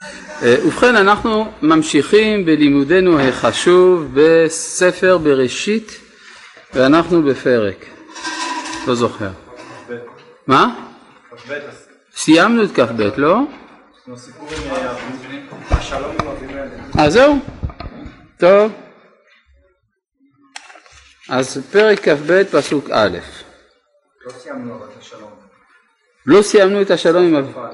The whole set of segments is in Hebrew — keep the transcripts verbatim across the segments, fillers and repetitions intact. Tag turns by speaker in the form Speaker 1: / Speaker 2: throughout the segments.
Speaker 1: ובכן, אנחנו ממשיכים בלימודנו החשוב בספר בראשית, ואנחנו בפרק, לא זוכר. מה? סיימנו את כ"ב, לא? אז זהו, טוב. אז פרק כ"ב פסוק א'.
Speaker 2: לא סיימנו את השלום.
Speaker 1: לא סיימנו את השלום עם אב...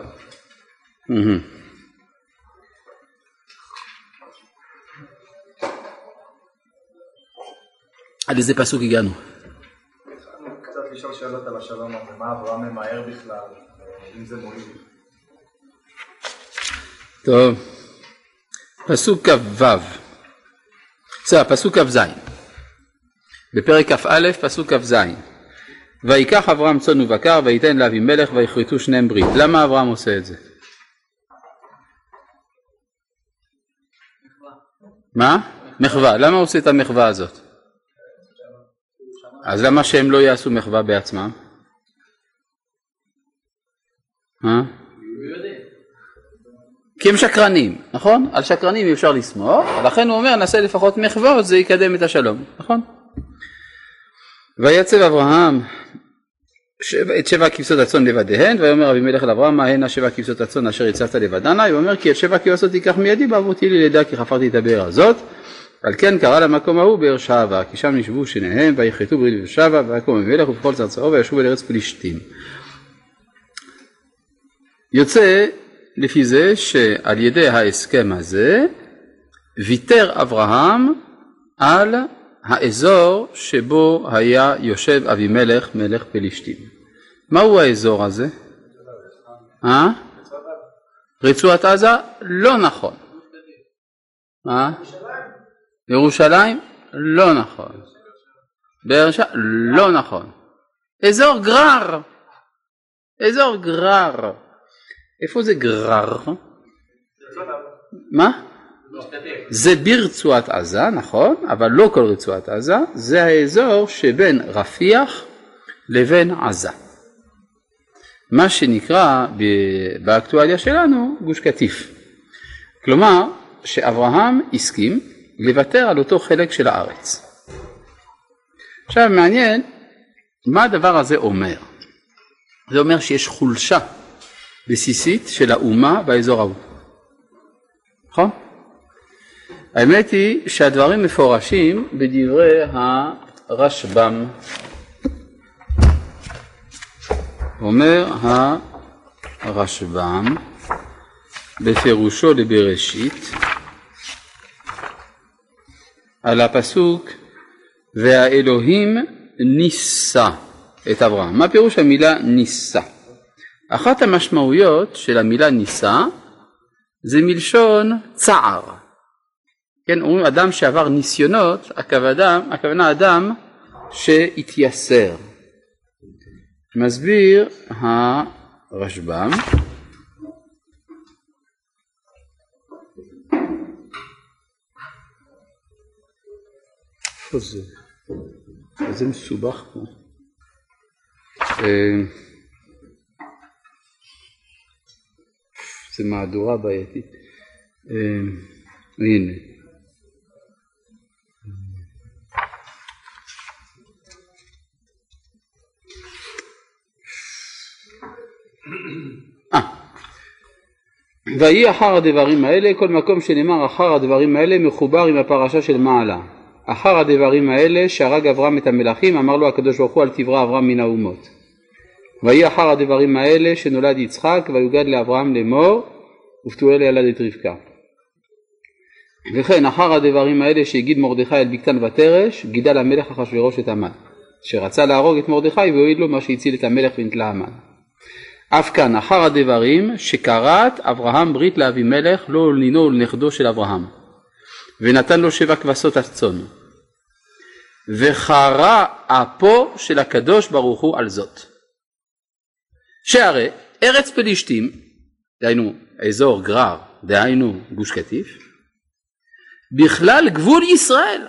Speaker 1: עד איזה פסוק הגענו?
Speaker 2: קצת לשאול שאלות על השלום הזה, מה אברהם ממהר בכלל, אם זה מועיל.
Speaker 1: טוב, פסוק כ"ו, בסדר, פסוק כ"ז, בפרק כ"א פסוק כ"ז. ויקח אברהם צאן ובקר וייתן לאבימלך ויכרתו שניהם ברית. למה אברהם עושה את זה? מה? מחווה. למה הוא עושה את המחווה הזאת? אז למה שהם לא יעשו מחווה בעצמם? אה? כי הם שקרנים, נכון? על שקרנים אי אפשר לסמוך, לכן הוא אומר נעשה לפחות מחווה, זה יקדם את השלום, נכון? ויצב אברהם את שבע כבשות הצאן לבדיהן, ויאמר אבימלך אל אברהם, מה הן השבע כבשות הצאן אשר הצבת לבדנה? הוא אומר כי את שבע כבשות תיקח מידי בעבור תהי לי לידה, כי חפרתי את הבאר הזאת. על כן קרא למקום ההוא באר שבע, כי שם נשבו שניהם ויכרתו ברית בבאר שבע, ויקום אבימלך ובכל צאצאו וישובו אל ארץ פלישתים. יוצא לפי זה שעל ידי ההסכם הזה ויתר אברהם על האזור שבו היה יושב אבימלך מלך פלישתים. מהו האזור הזה? אה? רצועת עזה? לא נכון. מה? ירושלים? לא נכון. באר שבע? לא נכון. אזור גרר. אזור גרר. איפה זה גרר? מה? זה ברצועת עזה, נכון, אבל לא כל רצועת עזה, זה האזור שבין רפיח לבין עזה. מה שנקרא באקטואליה שלנו גוש קטיף. כלומר שאברהם הסכים לוותר על אותו חלק של הארץ. עכשיו מעניין מה הדבר הזה אומר. זה אומר שיש חולשה בסיסית של האומה באזור ההוא. נכון? האמת היא שהדברים מפורשים בדברי הרשב"ם. אומר הרשב"ם בפירושו לבראשית על הפסוק והאלוהים ניסה את אברהם. מה פירוש המילה ניסה? אחת המשמעויות של המילה ניסה זה מלשון צער. כן, אומרים אדם שעבר ניסיונות, הכוונה, הכוונה אדם שהתייסר. מסביר הרשב"ם איפה זה? זה מסובך פה. זה מהדורה בעייתית. הנה. ויהי אחר הדברים האלה, כל מקום שנאמר אחר הדברים האלה מחובר עם הפרשה של מעלה. אחר הדברים האלה שהרג אברהם את המלכים, אמר לו הקדוש ברוך הוא אל תברא אברהם מן האומות. ויהי אחר הדברים האלה שנולד יצחק ויוגד לאברהם לאמור ובתואל ילד את רבקה. וכן אחר הדברים האלה שהגיד מרדכי אל בקתן ותרש גידל המלך אחשוורוש את המן, שרצה להרוג את מרדכי והועיד לו מה שהציל את המלך ונתלה המן. אף כאן אחר הדברים שכרת אברהם ברית לאבימלך לא לנינו ולנכדו של אברהם, ונתן לו שבע כבשות הצאן, וחרה אפו של הקדוש ברוך הוא על זאת. שהרי ארץ פלישתים, דהיינו אזור גרר, דהיינו גוש קטיף, בכלל גבול ישראל,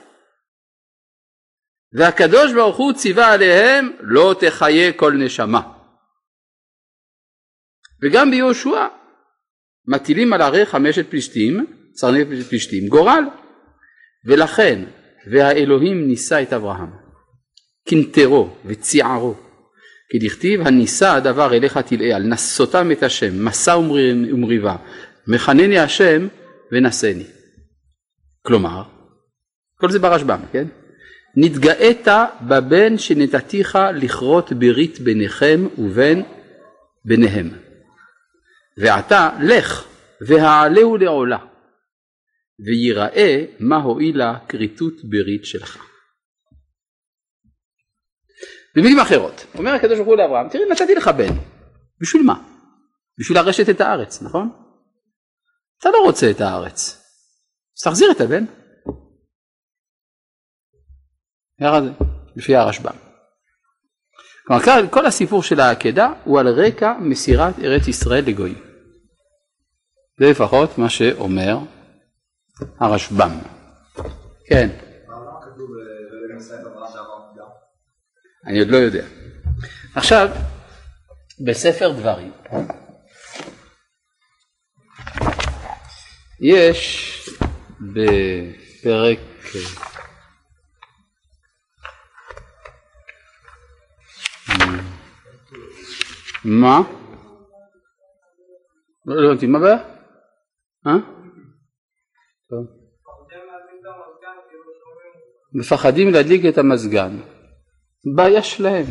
Speaker 1: והקדוש ברוך הוא ציווה עליהם לא תחיה כל נשמה. וגם ביהושע מטילים על הרי חמשת פלישתים, צרני פלישתים, גורל, ולכן, והאלוהים ניסה את אברהם, כנתרו וציערו, כי דכתיב הניסה הדבר אליך תלאה, על נסותם את השם, מסע ומריבה, מכנני השם ונשני. כלומר, כל זה ברשב"ם, כן? נתגאית בבן שנתתיך לכרות ברית ביניכם ובין ביניהם. ועתה לך והעלהו לעולה, ויראה מה הועילה כריתות ברית שלך. במילים אחרות, אומר הקדוש ברוך הוא לאברהם, תראי, נתתי לך בן. בשביל מה? בשביל לרשת את הארץ, נכון? אתה לא רוצה את הארץ. אז תחזיר את הבן. ככה זה, לפי הרשב"ם. כלומר, כל הסיפור של העקדה הוא על רקע מסירת ארץ ישראל לגויים. זה לפחות מה שאומר הרשב"ם. כן. אני עוד לא יודע. עכשיו, בספר דברים, יש בפרק מה? לא הבנתי, מה בעיה? אה? טוב. מפחדים להדליק את המזגן. בעיה שלהם.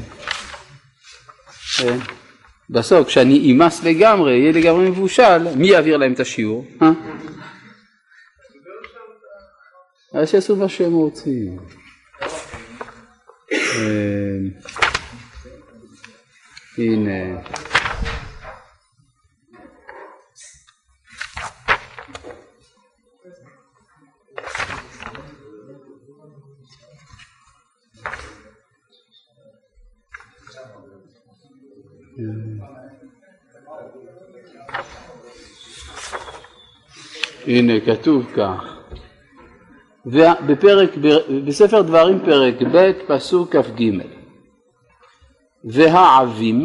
Speaker 1: בסוף, כשאני אימס לגמרי, יהיה לגמרי מבושל, מי יעביר להם את השיעור? אה? אז שיעשו מה שהם רוצים. הנה. הנה כתוב כך, ובפרק, בספר דברים פרק ב' פסוק כ"ג, והעבים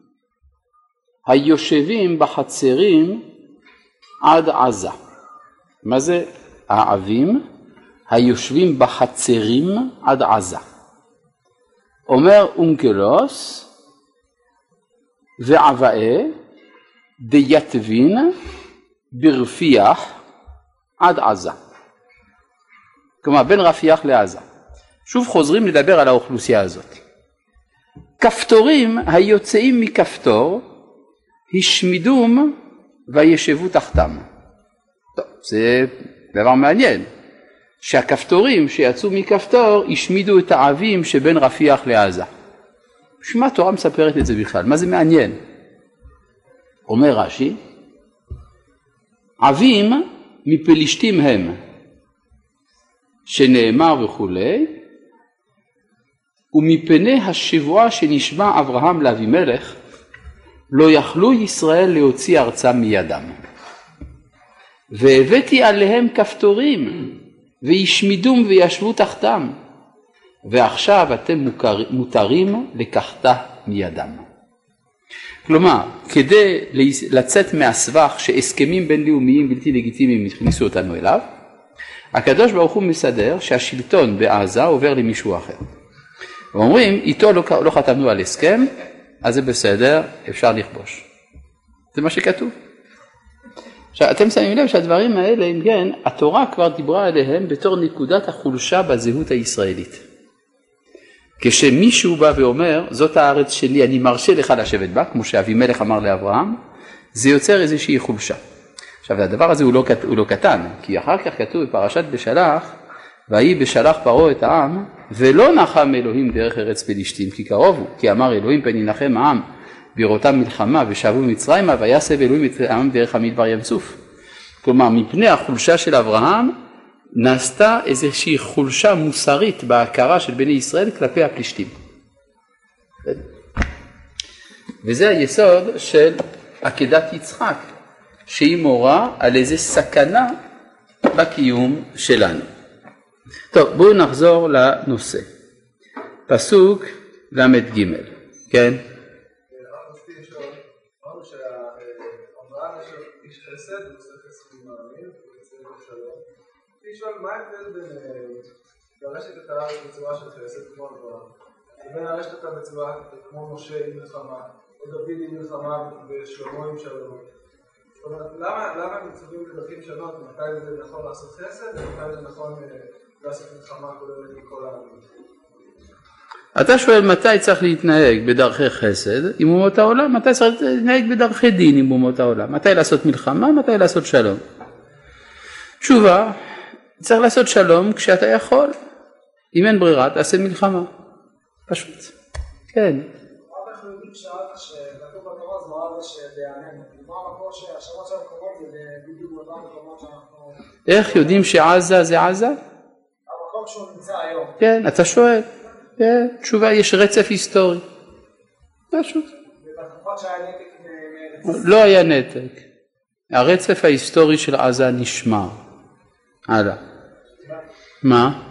Speaker 1: היושבים בחצרים עד עזה. מה זה העבים? היושבים בחצרים עד עזה. אומר אונקלוס, ועבאה דייתבין ברפיח עד עזה. כלומר בין רפיח לעזה. שוב חוזרים לדבר על האוכלוסייה הזאת. כפתורים היוצאים מכפתור השמידום וישבו תחתם. טוב, זה דבר מעניין. שהכפתורים שיצאו מכפתור השמידו את העבים שבין רפיח לעזה. שמה התורה מספרת את זה בכלל? מה זה מעניין? אומר רש"י, עבים מפלישתים הם, שנאמר וכולי, ומפני השבועה שנשבע אברהם לאבימלך, לא יכלו ישראל להוציא ארצם מידם. והבאתי עליהם כפתורים, וישמידום וישבו תחתם, ועכשיו אתם מוכר, מותרים לקחתה מידם. כלומר, כדי לצאת מהסבך שהסכמים בינלאומיים בלתי לגיטימיים הכניסו אותנו אליו, הקדוש ברוך הוא מסדר שהשלטון בעזה עובר למישהו אחר. ואומרים, איתו לא, לא חתמנו על הסכם, אז זה בסדר, אפשר לכבוש. זה מה שכתוב. עכשיו, אתם שמים לב שהדברים האלה, אם כן, התורה כבר דיברה עליהם בתור נקודת החולשה בזהות הישראלית. כשמישהו בא ואומר, זאת הארץ שלי, אני מרשה לך לשבת בה, כמו שאבימלך אמר לאברהם, זה יוצר איזושהי חולשה. עכשיו, הדבר הזה הוא לא, הוא לא קטן, כי אחר כך כתוב בפרשת בשלח, ויהי בשלח פרעה את העם, ולא נחם אלוהים דרך ארץ פלישתים, כי קרוב הוא, כי אמר אלוהים פן ינחם העם, בראותם מלחמה ושבו מצרימה, ויסב אלוהים את העם דרך המדבר ים סוף. כלומר, מפני החולשה של אברהם, נעשתה איזושהי חולשה מוסרית בהכרה של בני ישראל כלפי הפלישתים. וזה היסוד של עקדת יצחק, שהיא מורה על איזו סכנה בקיום שלנו. טוב, בואו נחזור לנושא. פסוק למד ג', כן?
Speaker 2: אמרנו שאברהם יש איש חסד אני שואל, מה ההבדל בין לרשת את הארץ בצורה של חסד כמו הדבר, ובין לרשת אותה בצורה כמו משה עם מלחמה, או דוד עם מלחמה ושלמה עם שלום? זאת אומרת, למה הם מצווים בדרכים שונות, מתי זה נכון לעשות חסד, ומתי זה נכון לעשות מלחמה כוללת מכל העמים?
Speaker 1: אתה שואל מתי צריך להתנהג בדרכי חסד עם אומות העולם, מתי צריך להתנהג בדרכי דין עם אומות העולם, מתי לעשות מלחמה, מתי לעשות שלום. תשובה, צריך לעשות שלום כשאתה יכול, אם אין ברירה תעשה מלחמה, פשוט, כן.
Speaker 3: מה אנחנו יודעים שאלת שכתוב בתורה זה לא זה שביעננו, מה המקור שהשמות של המקומות זה בדיוק אותם מקומות שאנחנו...
Speaker 1: איך יודעים שעזה זה עזה?
Speaker 3: המקום שהוא נמצא היום.
Speaker 1: כן, אתה שואל. כן, תשובה, יש רצף היסטורי. פשוט.
Speaker 3: ובתקופות שהיה נתק...
Speaker 1: לא היה נתק. הרצף ההיסטורי של עזה נשמר. הלאה. מה?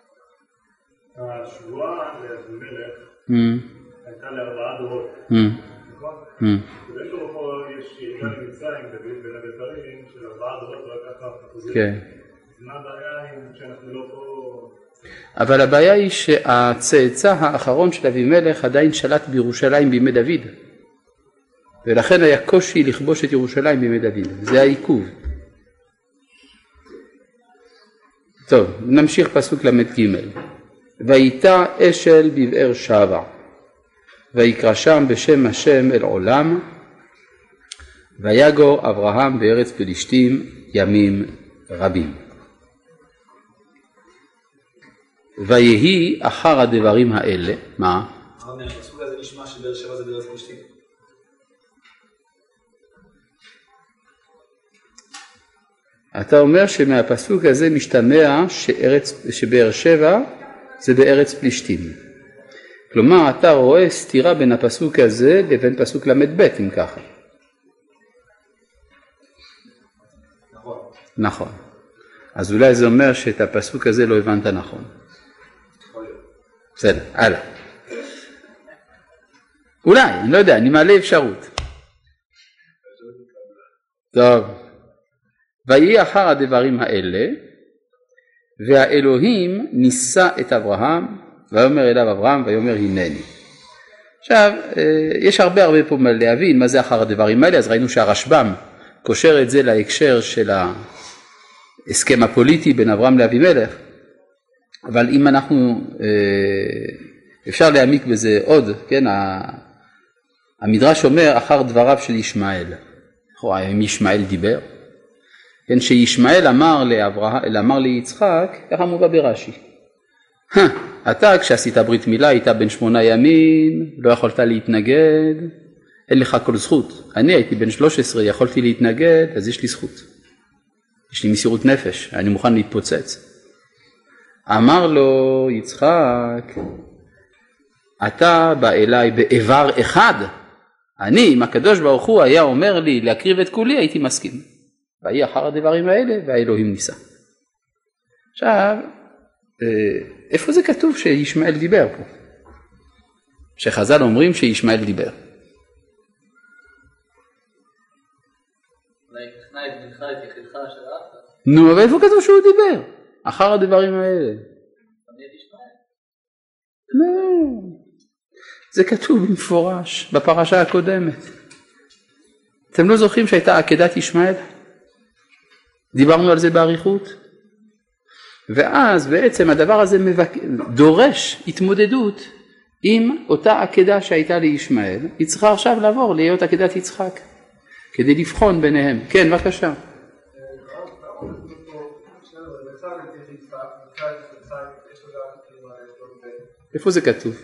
Speaker 4: השבועה לאבימלך הייתה לארבעה דורות. נכון? ובאמת יש ירידה למצרים בין הבתרים של ארבעה דורות ורק ככה חוזרים.
Speaker 1: כן.
Speaker 4: אז מה הבעיה אם שאנחנו לא פה...
Speaker 1: אבל הבעיה היא שהצאצא האחרון של אבימלך עדיין שלט בירושלים בימי דוד. ולכן היה קושי לכבוש את ירושלים בימי דוד. זה העיכוב. טוב, נמשיך פסוק למד ג' ויטע אשל בבאר שבע ויקרא שם בשם השם אל עולם ויגור אברהם בארץ פלישתים ימים רבים. ויהי אחר הדברים האלה, מה?
Speaker 2: אמרנו, הפסוק הזה נשמע שבאר שבע זה בארץ פלישתים.
Speaker 1: אתה אומר שמהפסוק הזה משתמע שארץ, שבאר שבע זה בארץ פלישתים. כלומר, אתה רואה סתירה בין הפסוק הזה לבין פסוק למד ב' אם ככה.
Speaker 2: נכון.
Speaker 1: נכון. אז אולי זה אומר שאת הפסוק הזה לא הבנת נכון. בסדר, הלאה. אולי, אני לא יודע, אני מעלה אפשרות. טוב. ויהי אחר הדברים האלה, והאלוהים ניסה את אברהם, ויאמר אליו אברהם, ויאמר הנני. עכשיו, יש הרבה הרבה פה מה להבין מה זה אחר הדברים האלה, אז ראינו שהרשב"ם קושר את זה להקשר של ההסכם הפוליטי בין אברהם לאבימלך, אבל אם אנחנו, אפשר להעמיק בזה עוד, כן, המדרש אומר אחר דבריו של ישמעאל, אם ישמעאל דיבר, כן, שישמעאל אמר לאברהם, אמר ליצחק, ככה מובא ברש"י, אתה כשעשית ברית מילה היית בן שמונה ימים, לא יכולת להתנגד, אין לך כל זכות, אני הייתי בן שלוש עשרה, יכולתי להתנגד, אז יש לי זכות, יש לי מסירות נפש, אני מוכן להתפוצץ. אמר לו יצחק, אתה בא אליי באיבר אחד, אני, אם הקדוש ברוך הוא היה אומר לי להקריב את כולי, הייתי מסכים. ויהי אחר הדברים האלה, והאלוהים ניסה. עכשיו, איפה זה כתוב שישמעאל דיבר פה? שחז"ל אומרים שישמעאל דיבר. נו, אבל איפה כתוב שהוא דיבר? אחר הדברים האלה. לא, זה כתוב במפורש בפרשה הקודמת. אתם לא זוכרים שהייתה עקדת ישמעאל? דיברנו על זה באריכות. ואז בעצם הדבר הזה מבק... דורש התמודדות עם אותה עקדה שהייתה לישמעאל. היא צריכה עכשיו לעבור להיות עקדת יצחק, כדי לבחון ביניהם. כן, בבקשה. איפה זה כתוב?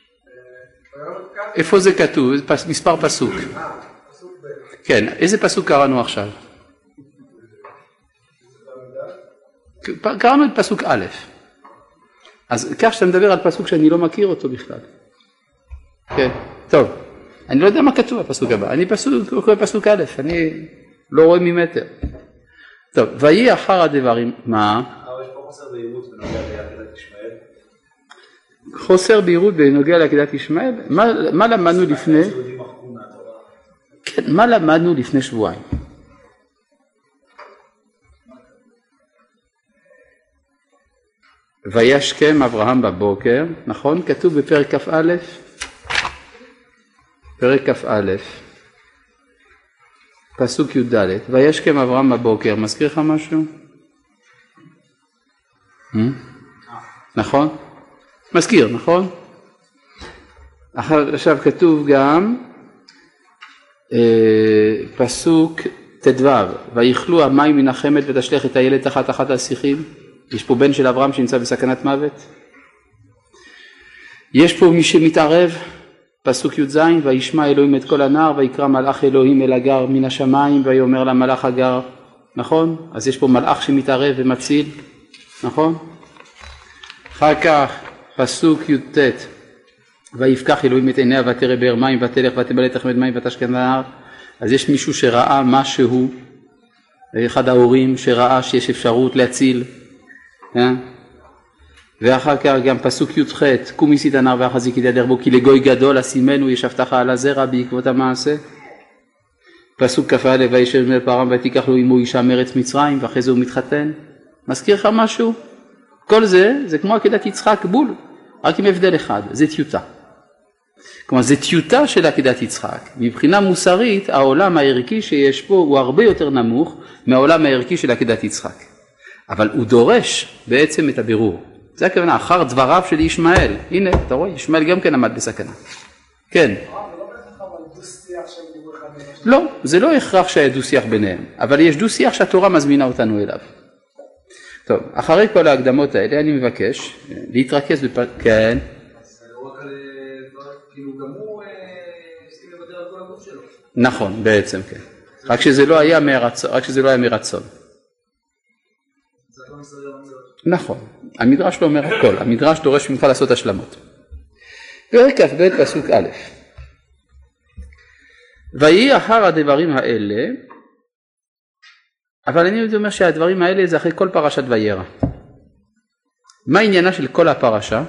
Speaker 1: איפה זה כתוב? מספר פסוק. כן, איזה פסוק קראנו עכשיו? קראנו את פסוק א'. אז כך שאתה מדבר על פסוק שאני לא מכיר אותו בכלל. כן, טוב. אני לא יודע מה כתוב בפסוק הבא. אני פסוק, קורא פסוק א', אני לא רואה ממטר. טוב, ויהי אחר הדברים, מה?
Speaker 2: אבל יש פה חוסר בהירות בנוגע לעקדת ישמעאל.
Speaker 1: חוסר בהירות בנוגע לעקדת ישמעאל? מה, מה למדנו לפני? כן, מה למדנו לפני שבועיים? וישכם אברהם בבוקר, נכון? כתוב בפרק כ"א, פרק כ"א, פסוק י"ד, וישכם אברהם בבוקר, מזכיר לך משהו? נכון? מזכיר, נכון? עכשיו כתוב גם פסוק ט"ו, ויכלו המים מן החמת ותשלח את הילד תחת אחת השיחים. יש פה בן של אברהם שנמצא בסכנת מוות. יש פה מי שמתערב, פסוק י"ז, וישמע אלוהים את כל הנער, ויקרא מלאך אלוהים אל הגר מן השמיים, ויאמר למלאך הגר, נכון? אז יש פה מלאך שמתערב ומציל, נכון? אחר כך פסוק י"ט, ויפקח אלוהים את עיניה ותראה באר מים ותלך ותמלא תחמד מים ותשקה נהר. אז יש מישהו שראה משהו, אחד ההורים שראה שיש אפשרות להציל, אה? ואחר כך גם פסוק י"ח, קום מסית הנער ואחזיק את ידך בו כי לגוי גדול אשימנו, יש הבטחה על הזרע בעקבות המעשה. פסוק כ"א, וישב בני פרעה ותיקח לו עמו אישה מארץ מצרים, ואחרי זה הוא מתחתן. מזכיר לך משהו? כל זה, זה כמו עקדת יצחק בול, רק עם הבדל אחד, זה טיוטה. כלומר, זה טיוטה של עקדת יצחק. מבחינה מוסרית, העולם הערכי שיש פה הוא הרבה יותר נמוך מהעולם הערכי של עקדת יצחק. אבל הוא דורש בעצם את הבירור. זה הכוונה, אחר דבריו של ישמעאל. הנה, אתה רואה, ישמעאל גם כן עמד בסכנה. כן. לא, זה לא הכרח שהיה דו שיח ביניהם, אבל יש דו שיח שהתורה מזמינה אותנו אליו. טוב, אחרי כל ההקדמות האלה אני מבקש להתרכז בפ... כן.
Speaker 2: אז לא רק על דברים, כאילו גם הוא הסכים לוותר על כל הגוף שלו.
Speaker 1: נכון, בעצם כן. רק שזה לא היה מרצון, רק שזה לא היה מרצון.
Speaker 2: זה לא מסדר המדרש.
Speaker 1: נכון, המדרש לא אומר הכל, המדרש דורש ממך לעשות השלמות. פרק כ"ב פסוק א', ויהי אחר הדברים האלה, אבל אני אומר שהדברים האלה זה אחרי כל פרשת וירא. מה עניינה של כל הפרשה?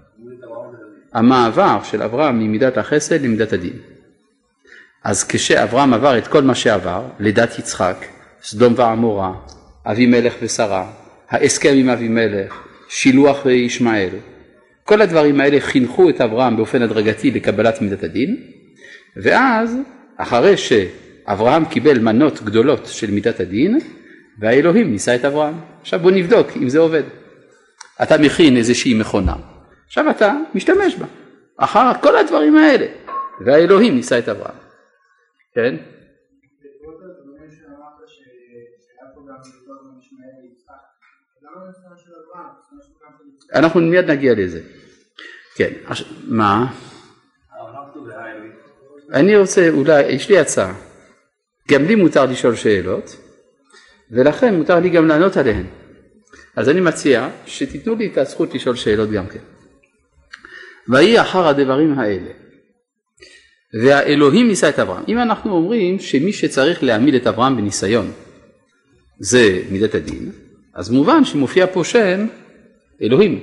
Speaker 1: המעבר של אברהם ממידת החסד למידת הדין. אז כשאברהם עבר את כל מה שעבר, לידת יצחק, סדום ועמורה, אבימלך ושרה, ההסכם עם אבימלך, שילוח ישמעאל, כל הדברים האלה חינכו את אברהם באופן הדרגתי לקבלת מידת הדין, ואז אחרי שאברהם קיבל מנות גדולות של מידת הדין, והאלוהים ניסה את אברהם. עכשיו בוא נבדוק אם זה עובד. אתה מכין איזושהי מכונה, עכשיו אתה משתמש בה, אחר כל הדברים האלה, והאלוהים ניסה את אברהם. כן? אנחנו מיד נגיע לזה. כן, מה? אני רוצה, אולי, יש לי הצעה. גם לי מותר לשאול שאלות, ולכן מותר לי גם לענות עליהן. אז אני מציע שתיתנו לי את הזכות לשאול שאלות גם כן. ויהי אחר הדברים האלה, והאלוהים ניסה את אברהם. אם אנחנו אומרים שמי שצריך להעמיד את אברהם בניסיון זה מידת הדין, אז מובן שמופיע פה שם אלוהים.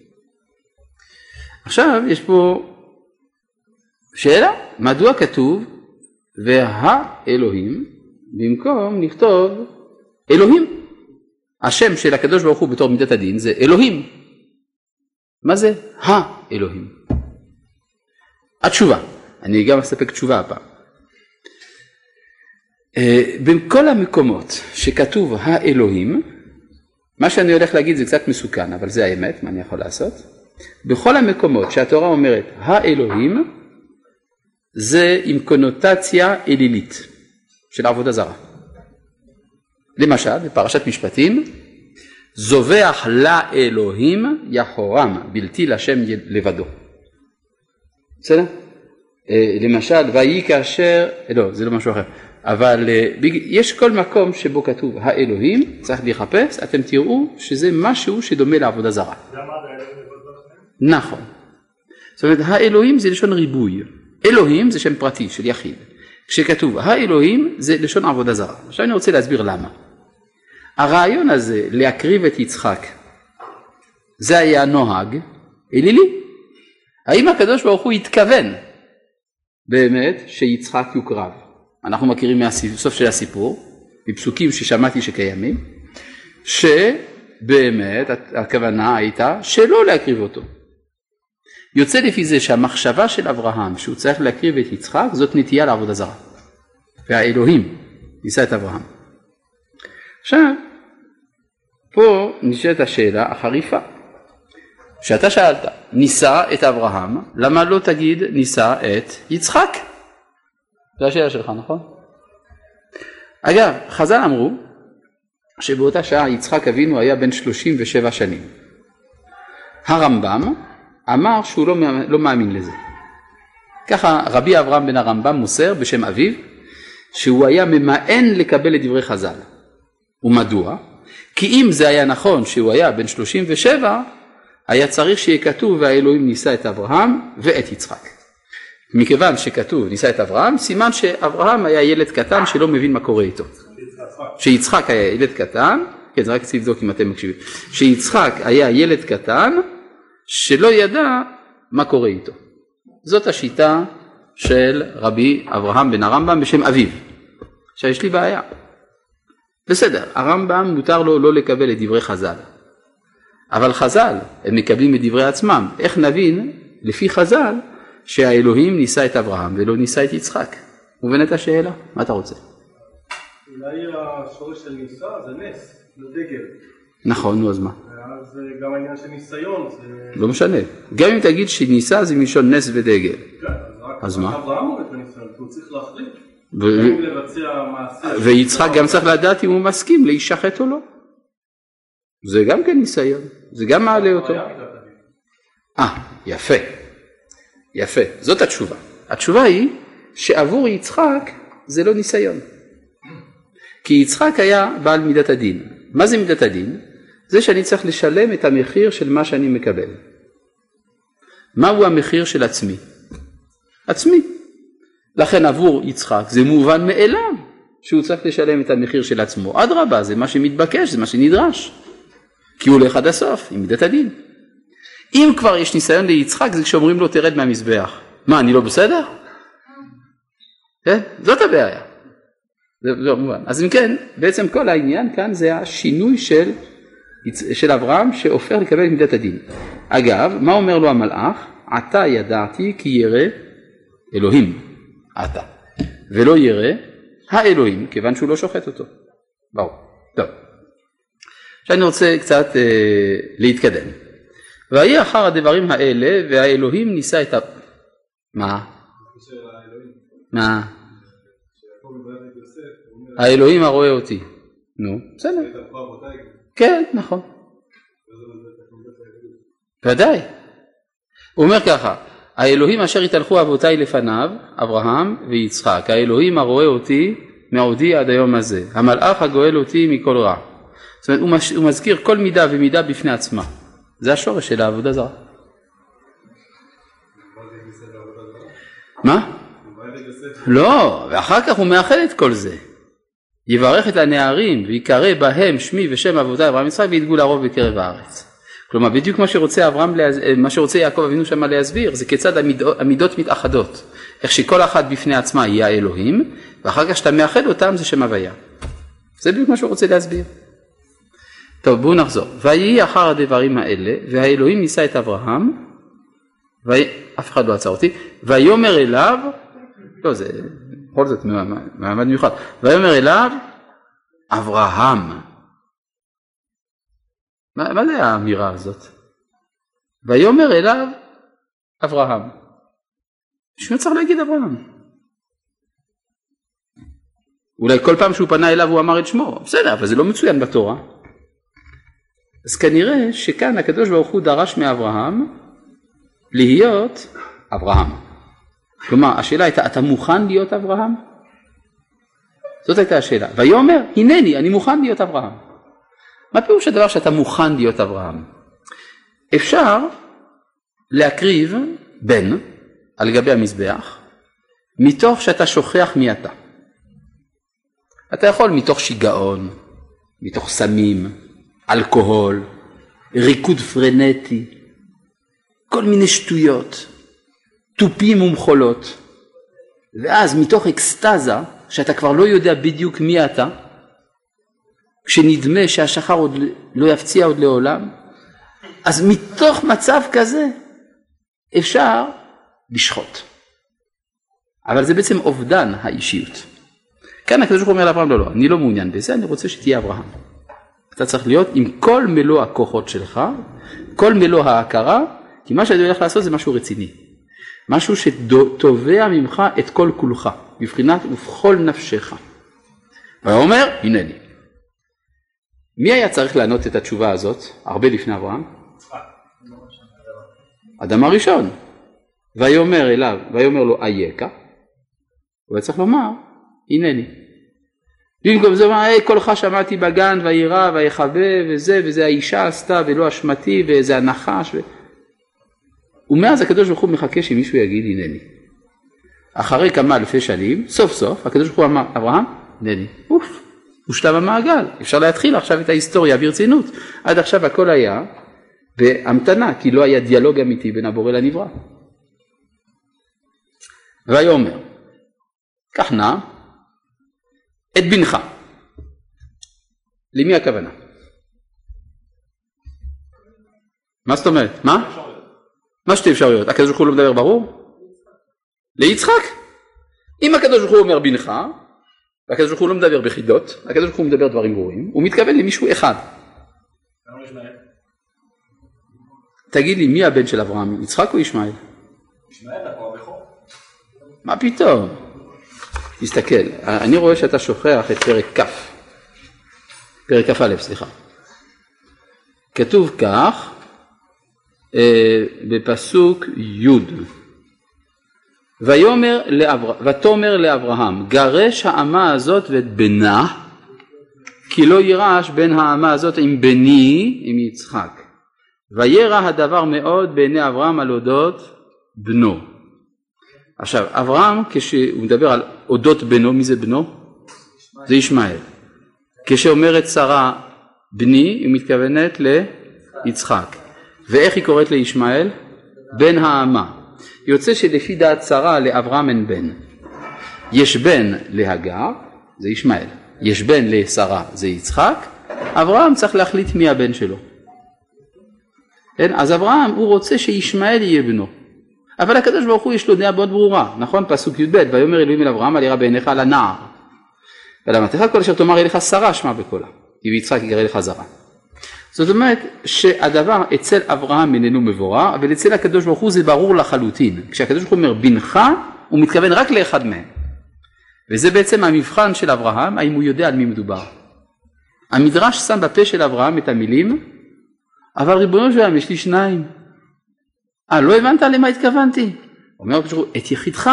Speaker 1: עכשיו יש פה שאלה, מדוע כתוב והאלוהים במקום נכתוב אלוהים? השם של הקדוש ברוך הוא בתור מידת הדין זה אלוהים. מה זה האלוהים? התשובה, אני גם אספק תשובה הפעם. בכל המקומות שכתוב האלוהים, מה שאני הולך להגיד זה קצת מסוכן, אבל זה האמת, מה אני יכול לעשות? בכל המקומות שהתורה אומרת האלוהים, זה עם קונוטציה אלילית של עבודה זרה. למשל, בפרשת משפטים, זובח לאלוהים יחורם, בלתי לשם לבדו. בסדר? למשל, ויהי כאשר, לא, זה לא משהו אחר, אבל יש כל מקום שבו כתוב האלוהים, צריך לחפש, אתם תראו שזה משהו שדומה לעבודה זרה. נכון. זאת אומרת, האלוהים זה לשון ריבוי. אלוהים זה שם פרטי של יחיד. כשכתוב האלוהים זה לשון עבודה זרה. עכשיו אני רוצה להסביר למה. הרעיון הזה להקריב את יצחק, זה היה נוהג אלילי. האם הקדוש ברוך הוא התכוון באמת שיצחק יוקרב? אנחנו מכירים מהסוף של הסיפור, בפסוקים ששמעתי שקיימים, באמת הכוונה הייתה שלא להקריב אותו. יוצא לפי זה שהמחשבה של אברהם שהוא צריך להקריב את יצחק זאת נטייה לעבודה זרה. והאלוהים ניסה את אברהם. עכשיו, פה נשאלת השאלה החריפה. שאתה שאלת, ניסה את אברהם, למה לא תגיד ניסה את יצחק? זו השאלה שלך, נכון? אגב, חז"ל אמרו שבאותה שעה יצחק אבינו היה בן שלושים ושבע שנים. הרמב"ם אמר שהוא לא, לא מאמין לזה. ככה רבי אברהם בן הרמב"ם מוסר בשם אביו, שהוא היה ממאן לקבל את דברי חז"ל. ומדוע? כי אם זה היה נכון שהוא היה בן שלושים ושבע, היה צריך שיהיה כתוב והאלוהים ניסה את אברהם ואת יצחק. מכיוון שכתוב ניסה את אברהם, סימן שאברהם היה ילד קטן שלא מבין מה קורה איתו. שיצחק היה ילד קטן, כן, זה רק צריך לבדוק אם אתם מקשיבים, שיצחק היה ילד קטן שלא ידע מה קורה איתו. זאת השיטה של רבי אברהם בן הרמב"ם בשם אביו. עכשיו יש לי בעיה. בסדר, הרמב"ם מותר לו לא לקבל את דברי חז"ל. אבל חז"ל, הם מקבלים את דברי עצמם. איך נבין, לפי חז"ל, שהאלוהים ניסה את אברהם ולא ניסה את יצחק? מובנת השאלה? מה אתה רוצה?
Speaker 4: אולי השורש של ניסה זה נס, לא דגל.
Speaker 1: נכון, נו אז מה?
Speaker 4: ואז גם העניין של ניסיון זה...
Speaker 1: לא משנה. גם אם תגיד שניסה זה מלשון נס ודגל.
Speaker 4: כן,
Speaker 1: אז מה?
Speaker 4: אברהם עובד בניסיון, הוא צריך להחליט.
Speaker 1: ו...
Speaker 4: לבצע מעשה...
Speaker 1: ויצחק גם צריך לדעת אם הוא מסכים להישחט או לא. זה גם כן ניסיון, זה גם מעלה אותו. אה, יפה, יפה, זאת התשובה. התשובה היא שעבור יצחק זה לא ניסיון. כי יצחק היה בעל מידת הדין. מה זה מידת הדין? זה שאני צריך לשלם את המחיר של מה שאני מקבל. מהו המחיר של עצמי? עצמי. לכן עבור יצחק זה מובן מאליו שהוא צריך לשלם את המחיר של עצמו. אדרבה, זה מה שמתבקש, זה מה שנדרש. כי הוא הולך עד הסוף עם מידת הדין. אם כבר יש ניסיון ליצחק זה כשאומרים לו תרד מהמזבח. מה, אני לא בסדר? כן? זאת הבעיה. זה, זה מובן. אז אם כן, בעצם כל העניין כאן זה השינוי של, של אברהם שהופך לקבל מידת הדין. אגב, מה אומר לו המלאך? עתה ידעתי כי ירא אלוהים. עתה. ולא ירא האלוהים, כיוון שהוא לא שוחט אותו. ברור. טוב. עכשיו אני רוצה קצת אה, להתקדם. ויהי אחר הדברים האלה והאלוהים ניסה את ה... מה? מה? האלוהים הרואה אותי. נו, בסדר. כן, נכון. ודאי. הוא אומר ככה, האלוהים אשר התהלכו אבותיי לפניו, אברהם ויצחק, האלוהים הרואה אותי מעודי עד היום הזה, המלאך הגואל אותי מכל רע. זאת אומרת, הוא מזכיר כל מידה ומידה בפני עצמה. זה השורש של העבודה זרה. מה? לא, ואחר כך הוא מאחד את כל זה. יברך את הנערים ויקרא בהם שמי ושם אבותיי אברהם יצחק וידגו לערוב בקרב הארץ. כלומר, בדיוק מה שרוצה אברהם, מה שרוצה יעקב אבינו שם להסביר, זה כיצד המידות, המידות מתאחדות. איך שכל אחת בפני עצמה היא האלוהים, ואחר כך שאתה מאחד אותם זה שם הוויה. זה בדיוק מה שהוא רוצה להסביר. טוב, בואו נחזור. ויהי אחר הדברים האלה, והאלוהים ניסה את אברהם, ואף אחד לא עצר אותי, ויאמר אליו, לא, זה בכל זאת מעמד מיוחד, ויאמר אליו, אברהם. מה, מה זה האמירה הזאת? ויאמר אליו, אברהם. שמה צריך להגיד אברהם? אולי כל פעם שהוא פנה אליו הוא אמר את שמו, בסדר, אבל זה לא מצוין בתורה. אז כנראה שכאן הקדוש ברוך הוא דרש מאברהם להיות אברהם. כלומר, השאלה הייתה, אתה מוכן להיות אברהם? זאת הייתה השאלה. ויאמר, הנני, אני מוכן להיות אברהם. מה פירוש הדבר שאתה מוכן להיות אברהם? אפשר להקריב בן על גבי המזבח, מתוך שאתה שוכח מי אתה. אתה יכול מתוך שיגעון, מתוך סמים, אלכוהול, ריקוד פרנטי, כל מיני שטויות, טופים ומחולות, ואז מתוך אקסטזה, שאתה כבר לא יודע בדיוק מי אתה, כשנדמה שהשחר עוד לא יפציע עוד לעולם, אז מתוך מצב כזה אפשר לשחוט. אבל זה בעצם אובדן האישיות. כאן הקדוש ברוך הוא אומר לאברהם, לא, לא, אני לא מעוניין בזה, אני רוצה שתהיה אברהם. אתה צריך להיות עם כל מלוא הכוחות שלך, כל מלוא ההכרה, כי מה שאני הולך לעשות זה משהו רציני. משהו שתובע ממך את כל כולך, בבחינת ובכל נפשך. והוא אומר, הנני. מי היה צריך לענות את התשובה הזאת, הרבה לפני אברהם? אדם הראשון. ויאמר אליו, ויאמר לו, אייכה? הוא צריך לומר, הנני. במקום זה אומר, היי, קולך שמעתי בגן, וירא, ויחבא, וזה, וזה האישה עשתה, ולא אשמתי, וזה הנחש. ו... ומאז הקדוש ברוך הוא מחכה שמישהו יגיד, הנני. אחרי כמה אלפי שנים, סוף סוף, הקדוש ברוך הוא אמר, אברהם, הנני. אוף, הוא שלב המעגל. אפשר להתחיל עכשיו את ההיסטוריה ברצינות. עד עכשיו הכל היה בהמתנה, כי לא היה דיאלוג אמיתי בין הבורא לנברא. ויאמר, קח נא את בנך. למי הכוונה? מה זאת אומרת? מה? מה שתי אפשרויות? הקדוש ברוך הוא לא מדבר ברור? ליצחק. אם הקדוש ברוך הוא אומר בנך, והקדוש ברוך הוא לא מדבר בחידות, הקדוש ברוך הוא מדבר דברים ברורים, הוא מתכוון למישהו אחד. תגיד לי, מי הבן של אברהם? יצחק או ישמעאל?
Speaker 2: ישמעאל, אברהם בכור.
Speaker 1: מה פתאום? תסתכל, אני רואה שאתה שוכח את פרק כ', פרק כ' א', סליחה. כתוב כך, אה, בפסוק י' ויאמר לאבר... ותאמר לאברהם, גרש האמה הזאת ואת בנה, כי לא יירש בין האמה הזאת עם בני, עם יצחק. וירא הדבר מאוד בעיני אברהם על אודות בנו. עכשיו, אברהם, כשהוא מדבר על אודות בנו, מי זה בנו? זה ישמעאל. כשאומרת שרה בני, היא מתכוונת ליצחק. ואיך היא קוראת לישמעאל? בן האמה. יוצא שלפי דעת שרה לאברהם אין בן. יש בן להגר, זה ישמעאל. יש בן לשרה, זה יצחק. אברהם צריך להחליט מי הבן שלו. אז אברהם הוא רוצה שישמעאל יהיה בנו. אבל הקדוש ברוך הוא יש לו דעה מאוד ברורה, נכון? פסוק י"ב, ויאמר אלוהים אל אברהם, אל ירא בעיניך על הנער. ולמדתך כל אשר תאמר אליך שרה שמע בקולה, כי ביצחק יגרה לך זרע. זאת אומרת שהדבר אצל אברהם איננו מבורר, אבל אצל הקדוש ברוך הוא זה ברור לחלוטין. כשהקדוש ברוך הוא אומר בנך, הוא מתכוון רק לאחד מהם. וזה בעצם המבחן של אברהם, האם הוא יודע על מי מדובר. המדרש שם בפה של אברהם את המילים, אבל ריבונו של עולם יש לי שניים. אה, לא הבנת למה התכוונתי? אומר הקדוש ברוך הוא, את יחידך.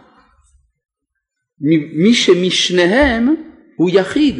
Speaker 1: מי שמשניהם הוא יחיד.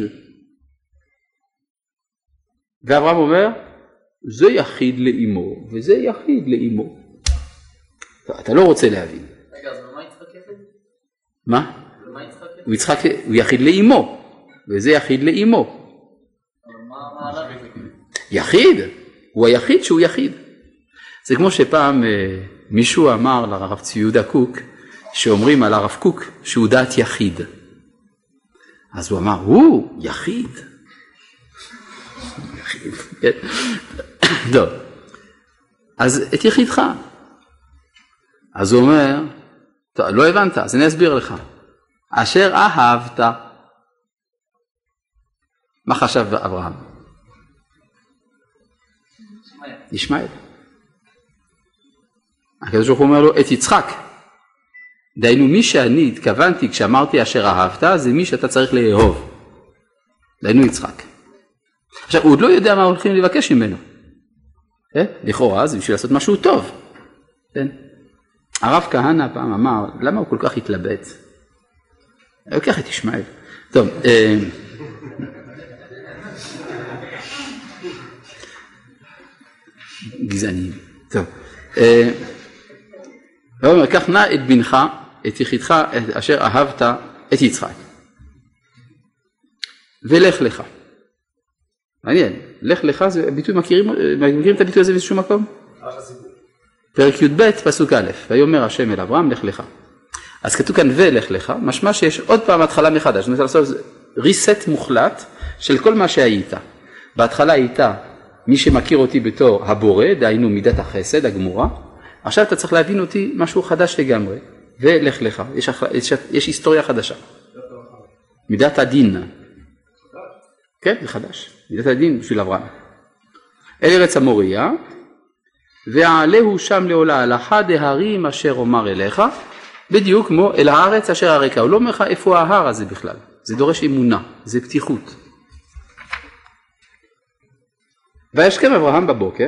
Speaker 1: ואברהם אומר, זה יחיד לאמו, וזה יחיד לאמו. אתה לא רוצה להבין.
Speaker 5: רגע, אז במה יצחק יחיד?
Speaker 1: מה?
Speaker 5: במה יצחק יחיד?
Speaker 1: הוא, יצחק, הוא יחיד לאמו, וזה יחיד לאמו.
Speaker 5: אבל מה, מה עליו יחיד?
Speaker 1: יחיד, הוא היחיד שהוא יחיד. זה כמו שפעם אה, מישהו אמר לרב צבי יהודה קוק, שאומרים על הרב קוק שהוא דעת יחיד. אז הוא אמר, הוא יחיד. יחיד, כן. טוב, אז את יחידך. אז הוא אומר, טוב, לא הבנת, אז אני אסביר לך. אשר אהבת. מה חשב אברהם? ישמעאל. הקדוש ברוך הוא אומר לו, את יצחק. דהיינו, מי שאני התכוונתי כשאמרתי אשר אהבת, זה מי שאתה צריך לאהוב. דהיינו יצחק. עכשיו, הוא עוד לא יודע מה הולכים לבקש ממנו. אה? לכאורה, זה בשביל לעשות משהו טוב. כן? הרב כהנא פעם אמר, למה הוא כל כך התלבט? הוא לוקח את ישמעאל. טוב, אה... גזענים. טוב. אה... הוא אומר, קח נא את בנך, את יחידך, אשר אהבת את יצחק. ולך לך. מעניין, לך לך זה ביטוי, מכירים, מכירים את הביטוי הזה באיזשהו מקום? פרק י"ב, פסוק א', ויאמר השם אל אברהם, לך לך. אז כתוב כאן ולך לך, משמע שיש עוד פעם התחלה מחדש, אני רוצה לעשות ריסט מוחלט, של כל מה שהיית. בהתחלה הייתה מי שמכיר אותי בתור הבורא, דהיינו מידת החסד הגמורה, עכשיו אתה צריך להבין אותי משהו חדש לגמרי, ולך לך, יש, יש, יש היסטוריה חדשה. מידת הדין. כן, זה חדש, מידת הדין בשביל אברהם. אל ארץ המוריה, ועלהו שם לעולה הלכה דהרים אשר אומר אליך, בדיוק כמו אל הארץ אשר הרקע. הוא לא אומר לך איפה ההר הזה בכלל, זה דורש אמונה, זה פתיחות. וישכם אברהם בבוקר,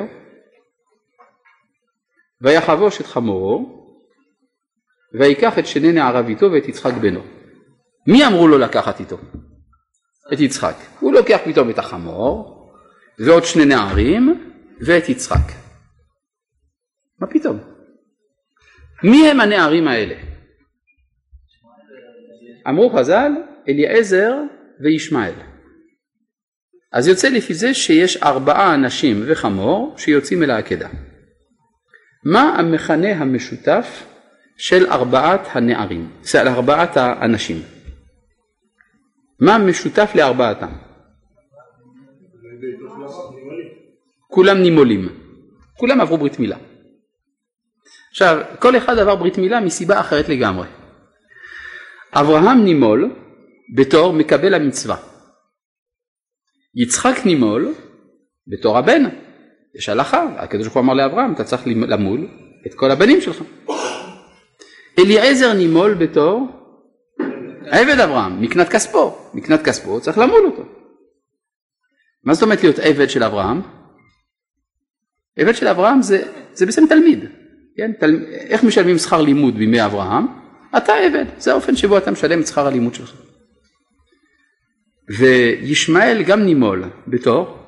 Speaker 1: ויחבוש את חמורו, ויקח את שני נעריו איתו ואת יצחק בנו. מי אמרו לו לקחת איתו? את יצחק. הוא לוקח פתאום את החמור, ועוד שני נערים, ואת יצחק. מה פתאום? מי הם הנערים האלה? אמרו חז"ל, אליעזר וישמעאל. אז יוצא לפי זה שיש ארבעה אנשים וחמור שיוצאים אל העקדה. מה המכנה המשותף של ארבעת הנערים, של ארבעת האנשים? מה המשותף לארבעתם? כולם נימולים, כולם עברו ברית מילה. עכשיו, כל אחד עבר ברית מילה מסיבה אחרת לגמרי. אברהם נימול בתור מקבל המצווה. יצחק נימול בתור הבן. יש הלכה, הקדוש ברוך הוא אמר לאברהם, אתה צריך למול את כל הבנים שלך. אליעזר נימול בתור עבד אברהם, מקנת כספו. מקנת כספו צריך למול אותו. מה זאת אומרת להיות עבד של אברהם? עבד של אברהם זה, זה בסם תלמיד. כן? תל... איך משלמים שכר לימוד בימי אברהם? אתה עבד, זה האופן שבו אתה משלם את שכר הלימוד שלך. וישמעאל גם נימול בתור,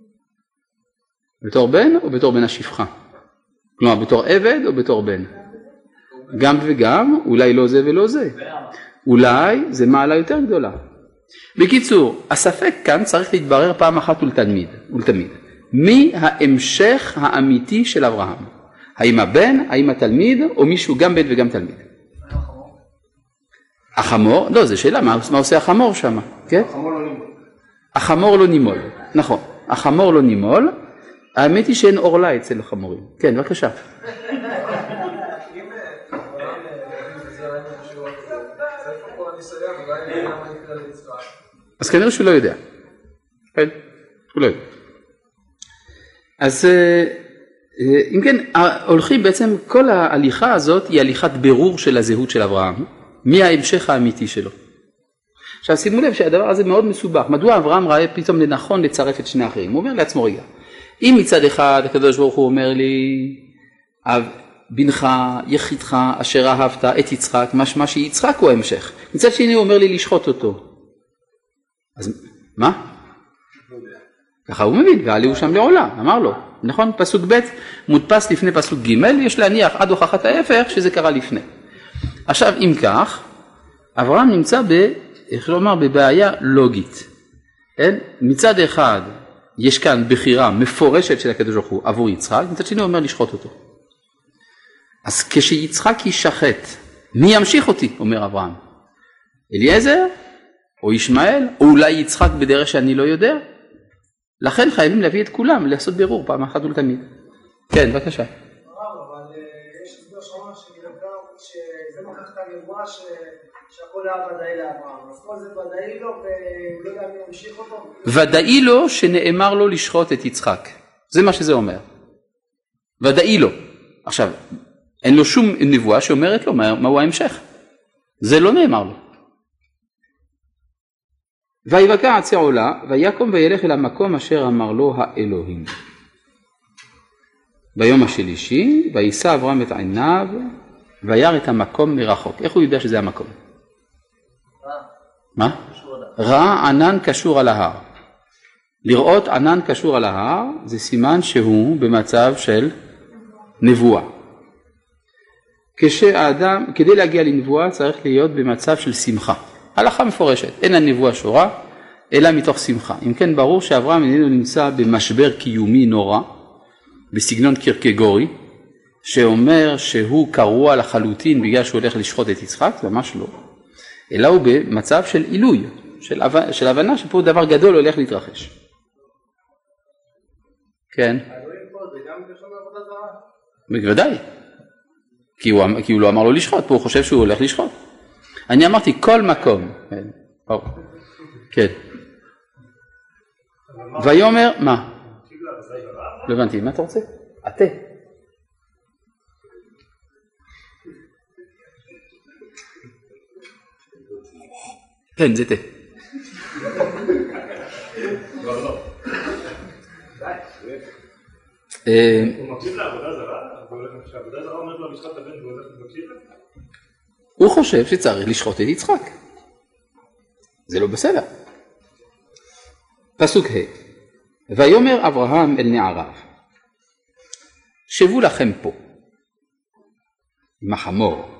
Speaker 1: בתור בן או בתור בן השפחה? כלומר בתור עבד או בתור בן? גם וגם, אולי לא זה ולא זה. אולי זה מעלה יותר גדולה. בקיצור, הספק כאן צריך להתברר פעם אחת ולתמיד, ולתמיד. מי ההמשך האמיתי של אברהם? האם הבן, האם התלמיד, או מישהו גם בן וגם תלמיד? החמור? לא, זו שאלה, מה, מה עושה החמור שם? כן?
Speaker 2: החמור לא נימול.
Speaker 1: החמור לא נימול, נכון. החמור לא נימול, האמת היא שאין אורלה אצל החמורים. כן, בבקשה. אז כנראה שהוא לא יודע. כן, הוא לא יודע. אז אם כן, הולכים בעצם, כל ההליכה הזאת היא הליכת בירור של הזהות של אברהם, מי ההמשך האמיתי שלו. עכשיו שימו לב שהדבר הזה מאוד מסובך. מדוע אברהם ראה פתאום לנכון לצרף את שני האחרים? הוא אומר לעצמו רגע, אם מצד אחד הקדוש ברוך הוא אומר לי, בנך, יחידך, אשר אהבת את יצחק, משמע שיצחק הוא ההמשך. מצד שני הוא אומר לי לשחוט אותו. אז מה? ככה הוא מבין, ועליהו שם לעולה, אמר לו. נכון? פסוק ב' מודפס לפני פסוק ג', יש להניח עד הוכחת ההפך שזה קרה לפני. עכשיו אם כך, אברהם נמצא ב, איך לומר, בבעיה לוגית. אין? מצד אחד יש כאן בחירה מפורשת של הקדוש ברוך הוא עבור יצחק, מצד שני הוא אומר לשחוט אותו. אז כשיצחק יישחט, מי ימשיך אותי? אומר אברהם. אליעזר או ישמעאל או אולי יצחק בדרך שאני לא יודע. לכן חייבים להביא את כולם לעשות בירור פעם אחת ולתמיד. כן, בבקשה.
Speaker 3: אבל יש הסבר שמה שמדבר שזה מכך את הנבואה שהכל היה ודאי לאברהם. אז כל זה ודאי לו והוא לא יודע מי ימשיך אותו. ודאי
Speaker 1: לו שנאמר לו לשחוט את יצחק. זה מה שזה אומר. ודאי לו. עכשיו, אין לו שום נבואה שאומרת לו מהו ההמשך. זה לא נאמר לו. ויבקע עצי עולה, ויקום וילך אל המקום אשר אמר לו האלוהים. ביום השלישי, וישא אברהם את עיניו, וירא את המקום מרחוק. איך הוא יודע שזה המקום? מה? ראה ענן קשור על ההר. לראות ענן קשור על ההר, זה סימן שהוא במצב של נבואה. כשהאדם, כדי להגיע לנבואה צריך להיות במצב של שמחה. הלכה מפורשת, אין הנבואה שורה, אלא מתוך שמחה. אם כן, ברור שאברהם איננו נמצא במשבר קיומי נורא, בסגנון קירקגורי, שאומר שהוא קרוע לחלוטין בגלל שהוא הולך לשחוט את יצחק, ממש לא. אלא הוא במצב של עילוי, של, של הבנה שפה דבר גדול הולך להתרחש. כן.
Speaker 2: האלוהים פה זה גם בלשון עבודה זרה?
Speaker 1: בוודאי. כי הוא, כי הוא לא אמר לו לשחוט, פה הוא חושב שהוא הולך לשחוט. אני אמרתי כל מקום. כן. כן. ויאמר, מה? לא הבנתי, מה אתה רוצה? התה. כן, זה תה.
Speaker 4: הוא מקשיב לעבודה זרה? שהעבודה זרה אומרת לו לשחוט את הבן והוא הולך ומקשיב לה?
Speaker 1: הוא חושב שצריך לשחוט את יצחק. זה לא בסדר. פסוק ה' ויאמר אברהם אל נעריו שבו לכם פה עם החמור.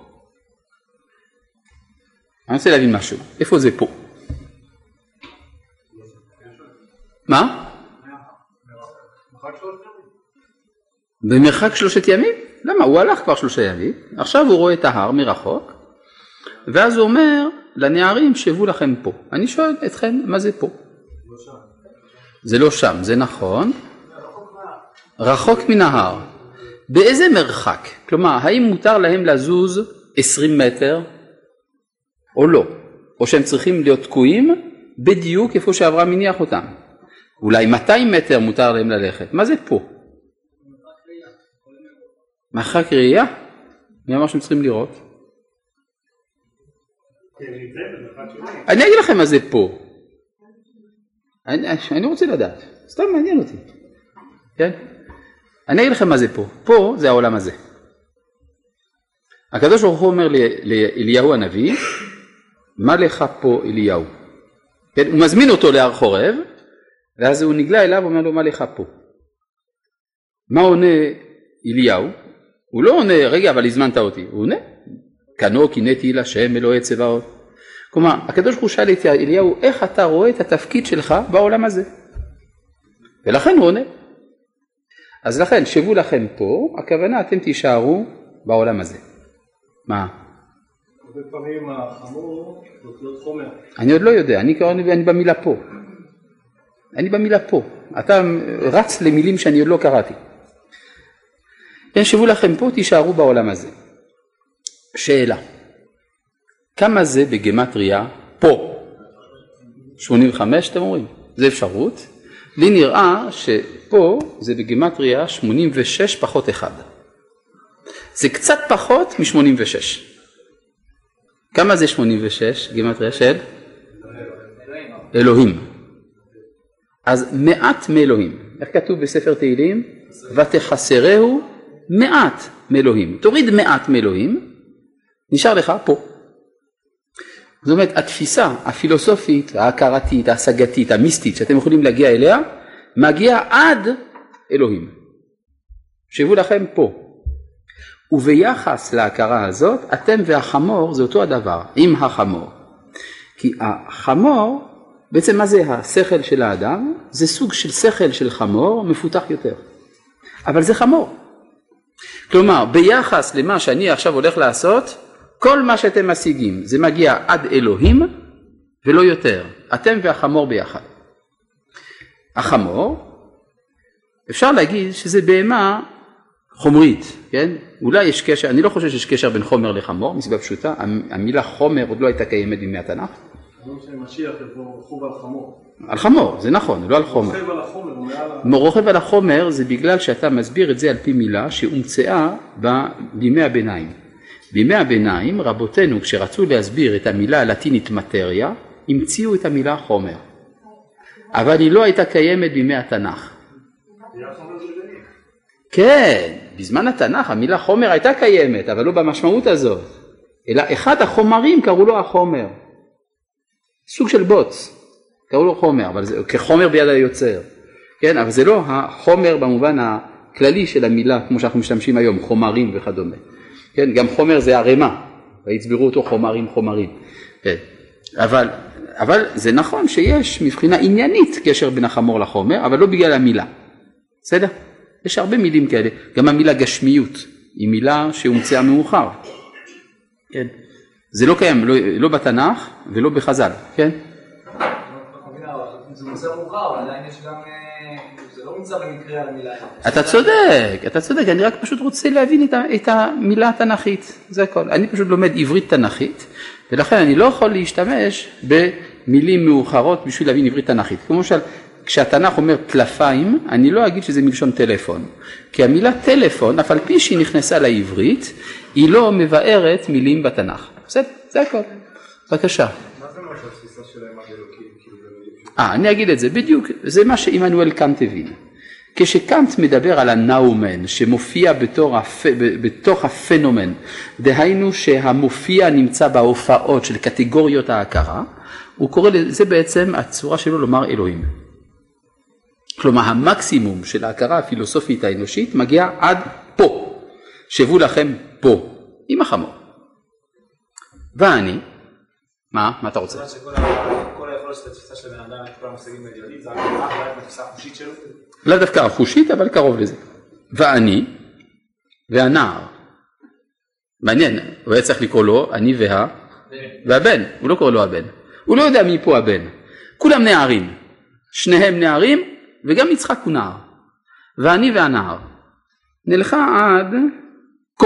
Speaker 1: אני רוצה להבין משהו, איפה זה פה? מה? במרחק שלושת ימים? למה? הוא הלך כבר שלושה ימים, עכשיו הוא רואה את ההר מרחוק, ואז הוא אומר לנערים שבו לכם פה. אני שואל אתכם, מה זה פה? זה לא שם, זה נכון. רחוק מן ההר. באיזה מרחק? כלומר, האם מותר להם לזוז עשרים מטר או לא? או שהם צריכים להיות תקועים בדיוק איפה שאברהם הניח אותם? אולי מאתיים מטר מותר להם ללכת. מה זה פה? מרחק ראייה? מי אמר שהם צריכים לראות? אני אגיד לכם מה זה פה. אני, אני רוצה לדעת, סתם מעניין אותי. כן? אני אגיד לכם מה זה פה. פה זה העולם הזה. הקדוש ברוך הוא אומר לאליהו הנביא, מה לך פה אליהו? כן? הוא מזמין אותו להר חורב, ואז הוא נגלה אליו ואומר לו, מה לך פה? מה עונה אליהו? הוא לא עונה, רגע, אבל הזמנת אותי. הוא עונה, כנו קינאתי לשם אלוהי צבאות. כלומר, הקדוש ברוך הוא שאל את אליהו, איך אתה רואה את התפקיד שלך בעולם הזה? ולכן הוא עונה. אז לכן, שבו לכם פה, הכוונה אתם תישארו בעולם הזה. מה?
Speaker 2: הרבה פעמים החמור נוטלות חומר.
Speaker 1: אני עוד לא יודע, אני קורא אני במילה פה. אני במילה פה. אתה רץ למילים שאני עוד לא קראתי. שבו לכם פה, תישארו בעולם הזה. שאלה. כמה זה בגמטריה פה? שמונים וחמש אתם אומרים? זה אפשרות. לי נראה שפה זה בגמטריה שמונים ושש פחות אחד. זה קצת פחות מ-שמונים ושש. כמה זה שמונים ושש? גמטריה של? אלוהים. אז מעט מאלוהים. איך כתוב בספר תהילים? ותחסרהו מעט מאלוהים. תוריד מעט מאלוהים, נשאר לך פה. זאת אומרת, התפיסה הפילוסופית, ההכרתית, ההשגתית, המיסטית, שאתם יכולים להגיע אליה, מגיע עד אלוהים. שבו לכם פה. וביחס להכרה הזאת, אתם והחמור זה אותו הדבר, עם החמור. כי החמור, בעצם מה זה השכל של האדם? זה סוג של שכל של חמור מפותח יותר. אבל זה חמור. כלומר, ביחס למה שאני עכשיו הולך לעשות, כל מה שאתם משיגים זה מגיע עד אלוהים ולא יותר. אתם והחמור ביחד. החמור, אפשר להגיד שזה בהמה חומרית, כן? אולי יש קשר, אני לא חושב שיש קשר בין חומר לחמור, מסיבה פשוטה, המילה חומר עוד לא הייתה קיימת בימי התנ"ך.
Speaker 2: אומרים שמשיח יבוא רוכב על חמור.
Speaker 1: על חמור, זה נכון, לא על חומר.
Speaker 2: רוכב על החומר, הוא מעל...
Speaker 1: רוכב על החומר זה בגלל שאתה מסביר את זה על פי מילה שהומצאה בימי הביניים. בימי הביניים רבותינו כשרצו להסביר את המילה הלטינית מטריה, המציאו את המילה חומר. אבל היא לא הייתה קיימת בימי התנ"ך. כן, בזמן התנ"ך המילה חומר הייתה קיימת, אבל לא במשמעות הזאת. אלא אחד החומרים קראו לו החומר. סוג של בוץ, קראו לו חומר, אבל זה כחומר ביד היוצר. כן, אבל זה לא החומר במובן הכללי של המילה, כמו שאנחנו משתמשים היום, חומרים וכדומה. כן, גם חומר זה הרמה, והצבירו אותו חומרים חומרים. כן, אבל, אבל זה נכון שיש מבחינה עניינית קשר בין החמור לחומר, אבל לא בגלל המילה. בסדר? יש הרבה מילים כאלה, גם המילה גשמיות היא מילה שהומצאה מאוחר. כן, זה לא קיים, לא, לא בתנ"ך ולא בחז"ל, כן?
Speaker 2: זה נמצא מאוחר, אבל עדיין יש גם, זה לא נמצא במקרה על המילה.
Speaker 1: אתה צודק, אתה צודק, אני רק פשוט רוצה להבין את, ה, את המילה התנ"כית, זה הכל. אני פשוט לומד עברית תנ"כית, ולכן אני לא יכול להשתמש במילים מאוחרות בשביל להבין עברית תנ"כית. כמו למשל, כשהתנ"ך אומר טלפיים, אני לא אגיד שזה מלשון טלפון, כי המילה טלפון, אף על פי שהיא נכנסה לעברית, היא לא מבארת מילים בתנ"ך. בסדר, זה הכל. בבקשה.
Speaker 2: מה זה מה שהתפיסה שלהם עד אלוקים?
Speaker 1: אה, אני אגיד את זה, בדיוק, זה מה שעמנואל קאנט הבין. כשקאנט מדבר על הנאומן שמופיע בתור הפ... בתוך הפנומן, דהיינו שהמופיע נמצא בהופעות של קטגוריות ההכרה, הוא קורא לזה בעצם הצורה שלו לומר אלוהים. כלומר המקסימום של ההכרה הפילוסופית האנושית מגיע עד פה, שבו לכם פה, עם החמור. ואני, מה? מה אתה רוצה?
Speaker 2: כל היכולת של התפיסה של הבן אדם, את כל המושגים העליונית, זה רק רק בתפיסה החושית שלו?
Speaker 1: לא דווקא החושית, אבל קרוב לזה. ואני, והנער. מעניין, הוא היה צריך לקרוא לו, אני וה, והבן. הוא לא קורא לו הבן. הוא לא יודע מי פה הבן. כולם נערים. שניהם נערים, וגם יצחק הוא נער. ואני והנער. נלכה עד כה.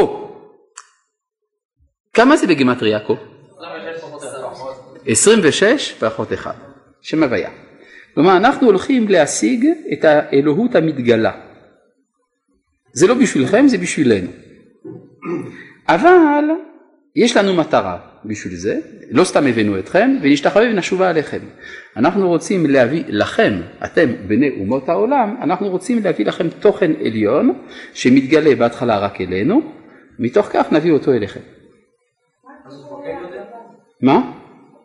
Speaker 1: כמה זה בגימטריה כה? עשרים ושש פחות אחד, שם הוויה. כלומר, אנחנו הולכים להשיג את האלוהות המתגלה. זה לא בשבילכם, זה בשבילנו. אבל יש לנו מטרה בשביל זה, לא סתם הבאנו אתכם, ונשתחווה ונשובה עליכם. אנחנו רוצים להביא לכם, אתם בני אומות העולם, אנחנו רוצים להביא לכם תוכן עליון, שמתגלה בהתחלה רק אלינו, מתוך כך נביא אותו אליכם. מה?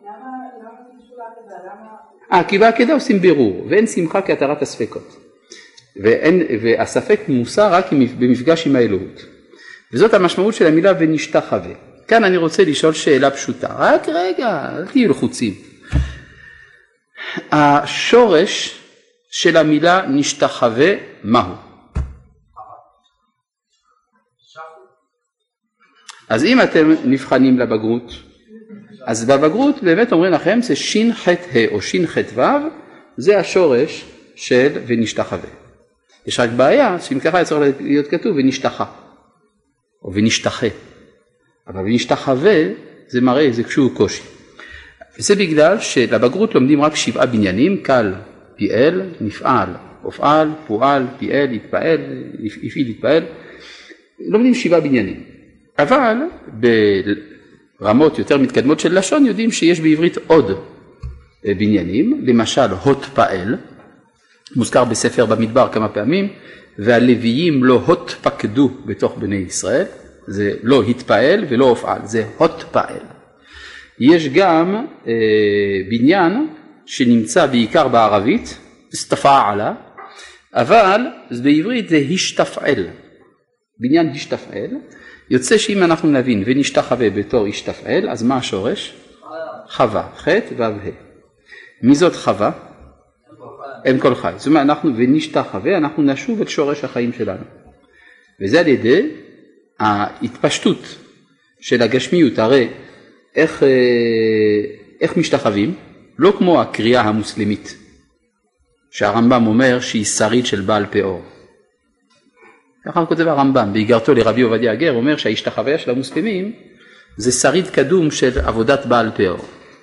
Speaker 1: אה, כי בעקדה עושים בירור, ואין שמחה כהתרת הספקות. ואין, והספק מוסר רק במפגש עם האלוהות. וזאת המשמעות של המילה ונשתחווה. כאן אני רוצה לשאול שאלה פשוטה. רק רגע, אל תהיו לחוצים. השורש של המילה נשתחווה, מהו? אז אם אתם נבחנים לבגרות, אז בבגרות באמת אומרים לכם זה שין חט ה או שין חט וו, זה השורש של ונשתחווה. יש רק בעיה שאם ככה צריך להיות כתוב ונשתחה או ונשתחה, אבל ונשתחווה זה מראה איזשהו קושי. וזה בגלל שלבגרות לומדים רק שבעה בניינים, קל, פיעל, נפעל, הופעל, פועל, פיעל, התפעל, הפעיל, התפעל, לומדים שבעה בניינים. אבל ברמות יותר מתקדמות של לשון יודעים שיש בעברית עוד בניינים, למשל הות פעל, מוזכר בספר במדבר כמה פעמים, והלוויים לא הות פקדו בתוך בני ישראל, זה לא התפעל ולא הופעל, זה הות פעל. יש גם אה, בניין שנמצא בעיקר בערבית, סתפעלה, אבל בעברית זה השתפעל, בניין השתפעל, יוצא שאם אנחנו נבין ונשתחווה בתור השתפעל, אז מה השורש? חווה, חטא וו ה. מי זאת חווה? אין כל חי. זאת אומרת, אנחנו ונשתחווה, אנחנו נשוב את שורש החיים שלנו. וזה על ידי ההתפשטות של הגשמיות. הרי איך, איך משתחווים? לא כמו הקריאה המוסלמית, שהרמב"ם אומר שהיא שריד של בעל פאור. ככה כותב הרמב"ם, בהיגרתו לרבי עובדיה הגר, אומר שההשתחוויה של המוסלמים זה שריד קדום של עבודת בעל פאור.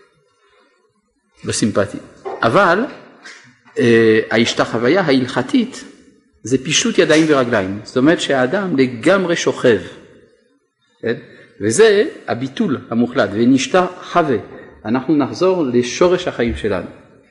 Speaker 1: לא סימפטי. אבל אה, ההשתחוויה ההלכתית זה פישוט ידיים ורגליים. זאת אומרת שהאדם לגמרי שוכב. כן? וזה הביטול המוחלט, ונשתחווה. אנחנו נחזור לשורש החיים שלנו.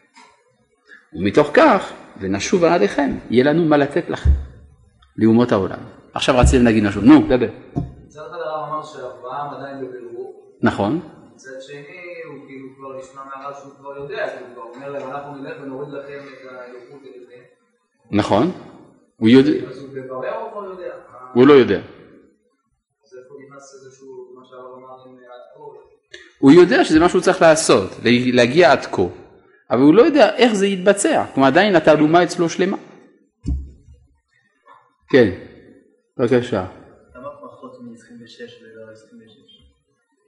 Speaker 1: ומתוך כך, ונשוב עליכם, יהיה לנו מה לתת לכם. לאומות העולם. עכשיו רציתם להגיד משהו, נו, דבר.
Speaker 2: מצד אחד הרב אמר שאברהם עדיין בבירור.
Speaker 1: נכון.
Speaker 2: מצד שני, הוא כאילו כבר נשמע מהרב שהוא כבר יודע, הוא כבר אומר להם, אנחנו נלך ונוריד לכם את האלוהות אליכם.
Speaker 1: נכון. הוא יודע.
Speaker 2: אז הוא בברר או כבר יודע?
Speaker 1: הוא לא יודע.
Speaker 2: אז איפה נכנס איזשהו, מה שהרב אמר עם האור?
Speaker 1: הוא יודע שזה מה שהוא צריך לעשות, להגיע עד כה. אבל הוא לא יודע איך זה יתבצע. כלומר, עדיין התעלומה אצלו שלמה. כן, בבקשה.
Speaker 5: למה פחות מ-עשרים ושש ולא עשרים ושש?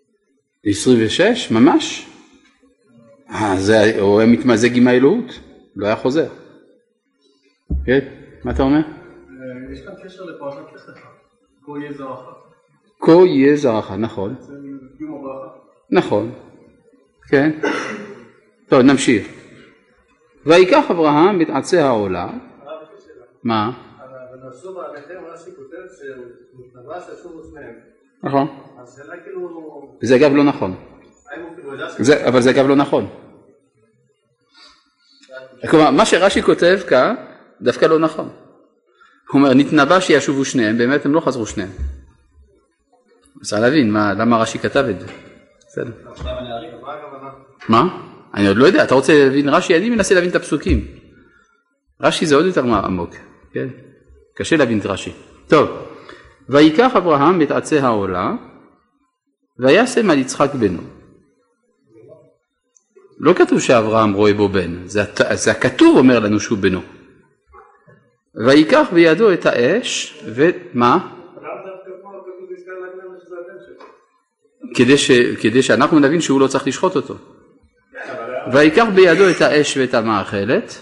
Speaker 1: עשרים ושש? ממש? אה, זה, הוא מתמזג עם האלוהות. לא היה חוזר. כן? מה אתה אומר?
Speaker 5: יש כאן קשר לפרשת לך לך. כה יהיה זרעך.
Speaker 1: כה יהיה זרעך, נכון.
Speaker 5: זה קיום הברכה.
Speaker 1: נכון. כן? טוב, נמשיך. ויקח אברהם את עצי העולה. מה?
Speaker 4: ונעשו בעליכם, רש"י כותב שנתנבא ששובו שניהם.
Speaker 1: נכון.
Speaker 4: אז שאלה כאילו...
Speaker 1: זה אגב לא נכון. זה, אבל זה אגב לא נכון. כלומר, מה שרש"י כותב כאן, דווקא לא נכון. הוא אומר, נתנבא שישובו שניהם, באמת הם לא חזרו שניהם. צריך להבין, מה, למה רש"י כתב את זה. בסדר. מה? אני עוד לא יודע, אתה רוצה להבין רש"י? אני מנסה להבין את הפסוקים. רש"י זה עוד יותר עמוק, כן? קשה להבין את רש"י. טוב, ויקח אברהם את עצי העולה, וישם על יצחק בנו. לא כתוב שאברהם רואה בו בן, זה, זה הכתוב אומר לנו שהוא בנו. ויקח בידו את האש, ומה? כדי, ש, כדי שאנחנו נבין שהוא לא צריך לשחוט אותו. ויקח בידו את האש ואת המאכלת,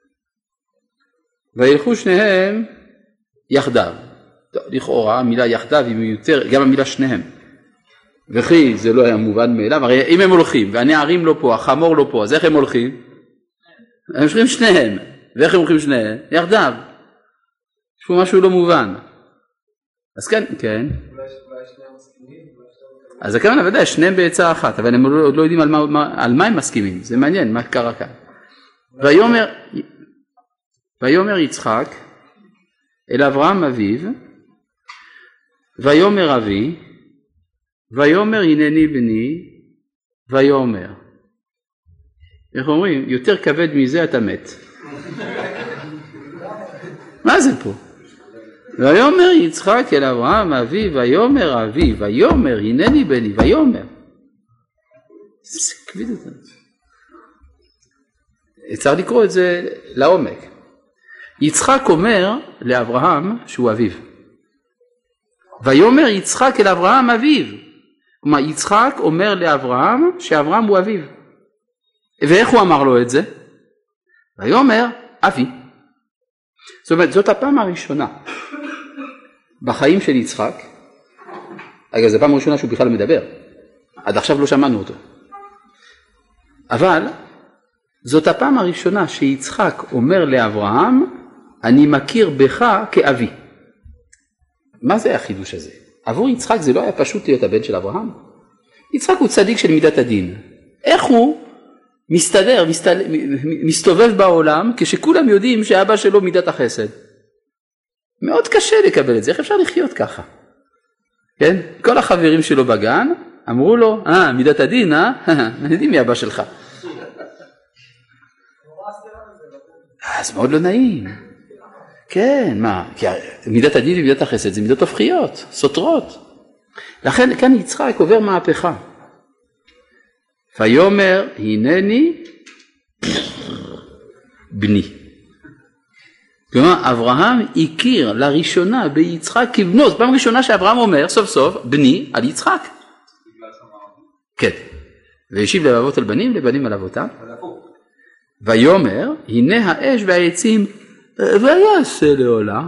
Speaker 1: וילכו שניהם יחדיו. לכאורה המילה יחדיו היא מיותר, גם המילה שניהם. וכי זה לא היה מובן מאליו, הרי אם הם הולכים והנערים לא פה, החמור לא פה, אז איך הם הולכים? הם הולכים שניהם. ואיך הם הולכים שניהם? יחדיו. יש פה משהו לא מובן. אז כן, כן. אז הכוונה ודאי, שניהם בעצה אחת, אבל הם עוד לא יודעים על מה, מה, על מה הם מסכימים. זה מעניין, מה קרה כאן. ויאמר, ויאמר יצחק אל אברהם אביו, ויאמר אבי, ויאמר הנני בני, ויאמר. איך אומרים? יותר כבד מזה אתה מת. מה זה פה? ויאמר יצחק אל אברהם אבי, ויאמר אבי, ויאמר הנני בני, ויאמר. זה כבד אותנו. צריך לקרוא את זה לעומק. יצחק אומר לאברהם שהוא אביו. ויאמר יצחק אל אברהם אביו. כלומר, יצחק אומר לאברהם שאברהם הוא אביו. ואיך הוא אמר לו את זה? ויאמר אבי. זאת אומרת, זאת הפעם הראשונה בחיים של יצחק. אגב, זו הפעם הראשונה שהוא בכלל מדבר. עד עכשיו לא שמענו אותו. אבל זאת הפעם הראשונה שיצחק אומר לאברהם, אני מכיר בך כאבי. מה זה החידוש הזה? עבור יצחק זה לא היה פשוט להיות הבן של אברהם. יצחק הוא צדיק של מידת הדין. איך הוא מסתדר, מסתל... מסתובב בעולם כשכולם יודעים שאבא שלו מידת החסד? מאוד קשה לקבל את זה, איך אפשר לחיות ככה? כן? כל החברים שלו בגן אמרו לו, אה, מידת הדין, אה? אני יודעים מי אבא שלך. אז מאוד לא נעים. כן, מה? כי מידת הדין ומידת החסד זה מידות הופכיות, סותרות. לכן כאן יצחק עובר מהפכה. ויאמר הנני בני. כלומר, אברהם הכיר לראשונה ביצחק כבנו. זו פעם ראשונה שאברהם אומר סוף סוף בני על יצחק. כן. והשיב לבבות על בנים, לבנים על אבותם. ויאמר הנה האש והעצים ויעשה לעולה.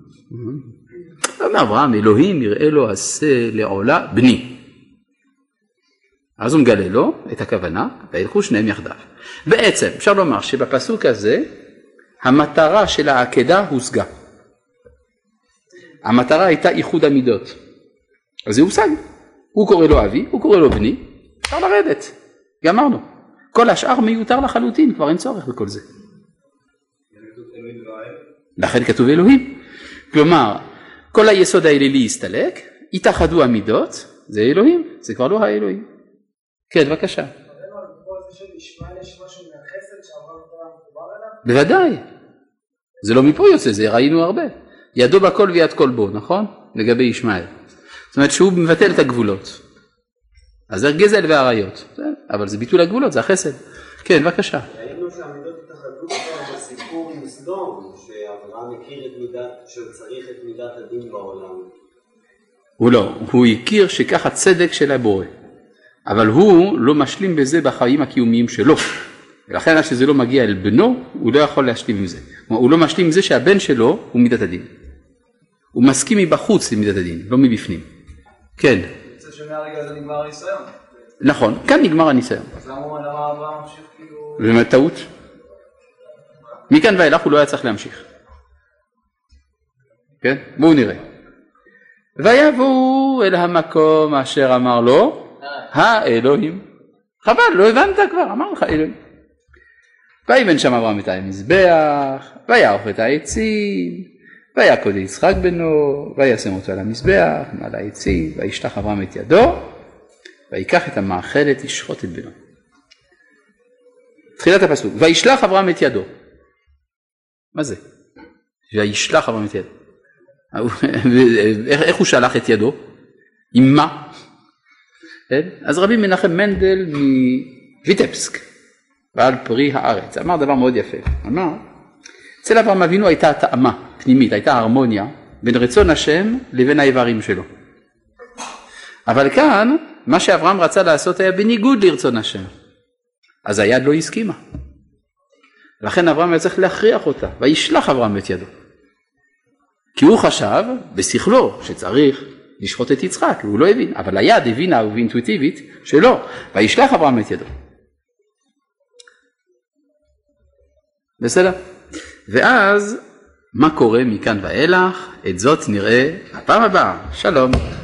Speaker 1: אומר אברהם, אלוהים יראה לו עשה לעולה בני. אז הוא מגלה לו את הכוונה, וילכו שניהם יחדיו. בעצם אפשר לומר שבפסוק הזה המטרה של העקדה הושגה. המטרה הייתה איחוד המידות. אז זה הושג. הוא קורא לו אבי, הוא קורא לו בני, אפשר לרדת. גמרנו. כל השאר מיותר לחלוטין, כבר אין צורך בכל זה. לכן כתוב אלוהים. כלומר, כל היסוד האלילי הסתלק, התאחדו המידות, זה אלוהים, זה כבר לא האלוהים. כן, בבקשה. בוודאי. זה לא מפה יוצא, זה ראינו הרבה. ידו בכל ויד כל בו, נכון? לגבי ישמעאל. זאת אומרת שהוא מבטל את הגבולות. אז זה גזל והעריות. אבל זה ביטול הגבולות, זה החסד. כן, בבקשה.
Speaker 6: ראינו שהמידות התאחדו כבר בסיפור עם סדום, שאברהם הכיר את מידת, שצריך את מידת הדין בעולם.
Speaker 1: הוא לא, הוא הכיר שכך הצדק של הבורא. אבל הוא לא משלים בזה בחיים הקיומיים שלו. ולכן עד שזה לא מגיע אל בנו, הוא לא יכול להשלים עם זה. הוא לא משלים עם זה שהבן שלו הוא מידת הדין. הוא מסכים מבחוץ למידת הדין, לא מבפנים. כן.
Speaker 2: זה שמהרגע הזה נגמר הניסיון.
Speaker 1: נכון, כאן נגמר הניסיון.
Speaker 2: אז למה אברהם ממשיך כאילו...
Speaker 1: זה באמת טעות. מכאן ואילך הוא לא היה צריך להמשיך. כן? בואו נראה. ויבואו אל המקום אשר אמר לו, האלוהים. חבל, לא הבנת כבר, אמר לך אלוהים. ויבן שם אברהם את המזבח, ויערוך את העצים, ויקוד יצחק בנו, וישם אותו על המזבח, מעל העצים, וישלח אברהם את ידו, ויקח את המאכלת ישחוט את בנו. תחילת הפסוק, וישלח אברהם את ידו. מה זה? וישלח אברהם את ידו. איך הוא שלח את ידו? עם מה? אז רבי מנחם מנדל מויטבסק, בעל פרי הארץ, אמר דבר מאוד יפה. אמר, אצל אברהם אבינו הייתה התאמה פנימית, הייתה הרמוניה בין רצון השם לבין האיברים שלו. אבל כאן, מה שאברהם רצה לעשות היה בניגוד לרצון השם. אז היד לא הסכימה. לכן אברהם היה צריך להכריח אותה, וישלח אברהם את ידו. כי הוא חשב בשכלו שצריך לשחוט את יצחק, הוא לא הבין, אבל היד הבינה ובאינטואיטיבית שלא, וישלח אברהם את ידו. בסדר? ואז מה קורה מכאן ואילך? את זאת נראה הפעם הבאה. שלום.